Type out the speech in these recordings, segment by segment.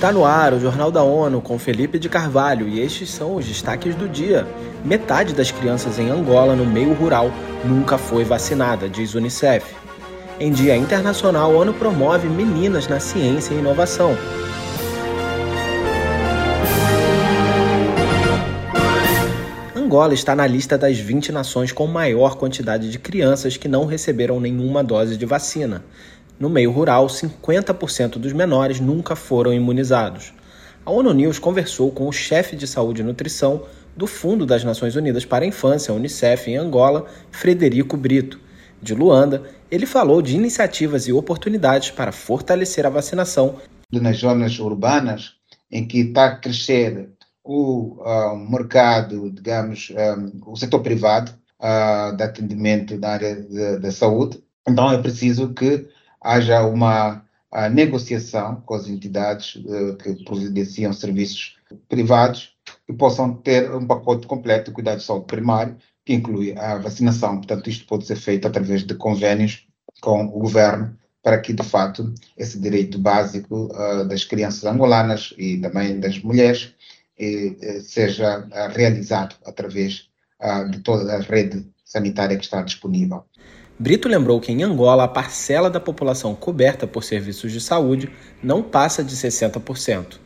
Está no ar o Jornal da ONU com Felipe de Carvalho e estes são os destaques do dia. Metade das crianças em Angola, no meio rural, nunca foi vacinada, diz Unicef. Em Dia Internacional, a ONU promove meninas na ciência e inovação. Angola está na lista das 20 nações com maior quantidade de crianças que não receberam nenhuma dose de vacina. No meio rural, 50% dos menores nunca foram imunizados. A ONU News conversou com o chefe de saúde e nutrição do Fundo das Nações Unidas para a Infância, Unicef, em Angola, Frederico Brito. De Luanda, ele falou de iniciativas e oportunidades para fortalecer a vacinação. Nas zonas urbanas, em que está a crescer o mercado, digamos, o setor privado de atendimento na área da saúde, então é preciso que haja uma negociação com as entidades que providenciam serviços privados que possam ter um pacote completo de cuidado de saúde primário, que inclui a vacinação. Portanto, isto pode ser feito através de convênios com o governo, para que, de fato, esse direito básico das crianças angolanas e também das mulheres seja realizado através de toda a rede sanitária que está disponível. Brito lembrou que em Angola a parcela da população coberta por serviços de saúde não passa de 60%.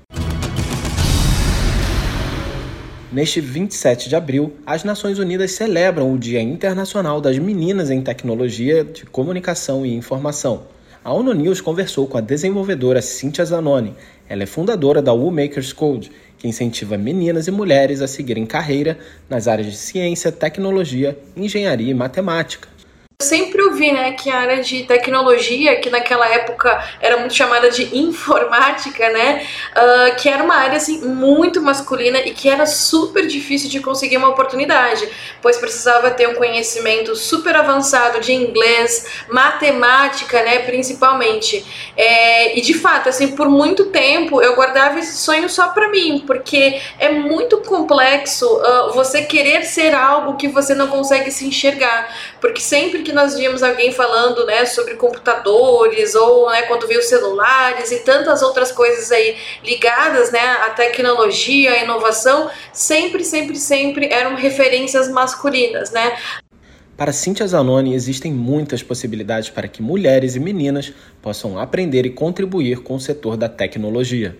Neste 27 de abril, as Nações Unidas celebram o Dia Internacional das Meninas em Tecnologia de Comunicação e Informação. A ONU News conversou com a desenvolvedora Cynthia Zanoni. Ela é fundadora da Womakers Code, que incentiva meninas e mulheres a seguirem carreira nas áreas de ciência, tecnologia, engenharia e matemática. Eu sempre ouvi, que a área de tecnologia, que naquela época era muito chamada de informática, que era uma área assim, muito masculina e que era super difícil de conseguir uma oportunidade, pois precisava ter um conhecimento super avançado de inglês, matemática, principalmente. E de fato, assim, por muito tempo eu guardava esse sonho só para mim, porque é muito complexo você querer ser algo que você não consegue se enxergar, porque sempre que nós víamos alguém falando, sobre computadores ou, quando viu celulares e tantas outras coisas aí ligadas, à tecnologia, à inovação, sempre eram referências masculinas, Para Cynthia Zanoni, existem muitas possibilidades para que mulheres e meninas possam aprender e contribuir com o setor da tecnologia.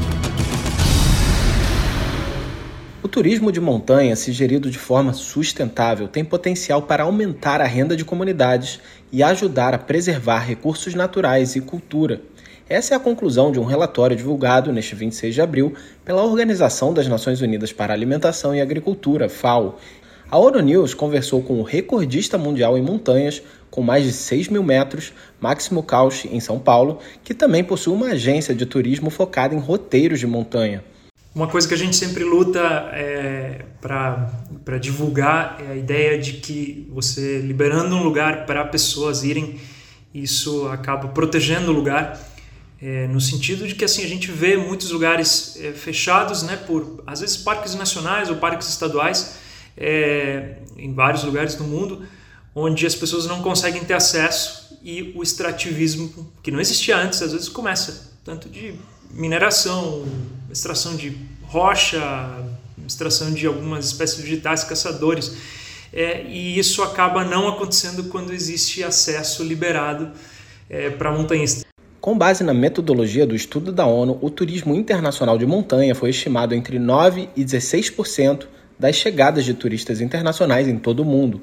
O turismo de montanha, se gerido de forma sustentável, tem potencial para aumentar a renda de comunidades e ajudar a preservar recursos naturais e cultura. Essa é a conclusão de um relatório divulgado neste 26 de abril pela Organização das Nações Unidas para a Alimentação e Agricultura, FAO. A ONU News conversou com o recordista mundial em montanhas, com mais de 6 mil metros, Máximo Cauchy, em São Paulo, que também possui uma agência de turismo focada em roteiros de montanha. Uma coisa que a gente sempre luta para divulgar é a ideia de que você liberando um lugar para pessoas irem, isso acaba protegendo o lugar, no sentido de que assim, a gente vê muitos lugares fechados, por às vezes parques nacionais ou parques estaduais, em vários lugares do mundo, onde as pessoas não conseguem ter acesso e o extrativismo, que não existia antes, às vezes começa, tanto de mineração, extração de rocha, extração de algumas espécies vegetais, caçadores, e isso acaba não acontecendo quando existe acesso liberado para montanhistas. Com base na metodologia do estudo da ONU, o turismo internacional de montanha foi estimado entre 9% e 16% das chegadas de turistas internacionais em todo o mundo.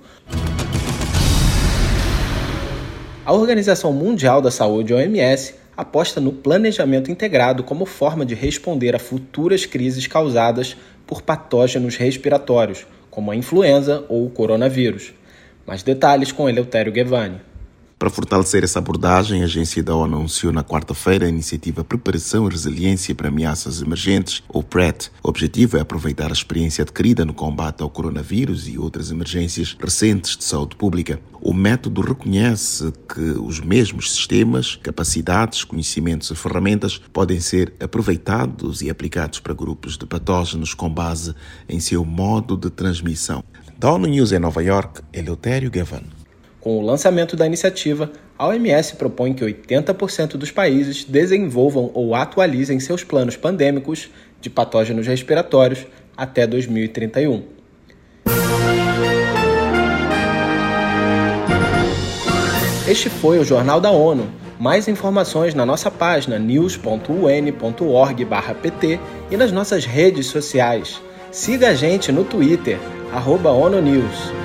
A Organização Mundial da Saúde, OMS, aposta no planejamento integrado como forma de responder a futuras crises causadas por patógenos respiratórios, como a influenza ou o coronavírus. Mais detalhes com Eleutério Gevani. Para fortalecer essa abordagem, a agência da ONU anunciou na quarta-feira a iniciativa Preparação e Resiliência para Ameaças Emergentes, ou PRET. O objetivo é aproveitar a experiência adquirida no combate ao coronavírus e outras emergências recentes de saúde pública. O método reconhece que os mesmos sistemas, capacidades, conhecimentos e ferramentas podem ser aproveitados e aplicados para grupos de patógenos com base em seu modo de transmissão. Da ONU News em Nova York, Eleutério Gevani. Com o lançamento da iniciativa, a OMS propõe que 80% dos países desenvolvam ou atualizem seus planos pandêmicos de patógenos respiratórios até 2031. Este foi o Jornal da ONU. Mais informações na nossa página news.un.org/pt e nas nossas redes sociais. Siga a gente no Twitter, @ONUNews.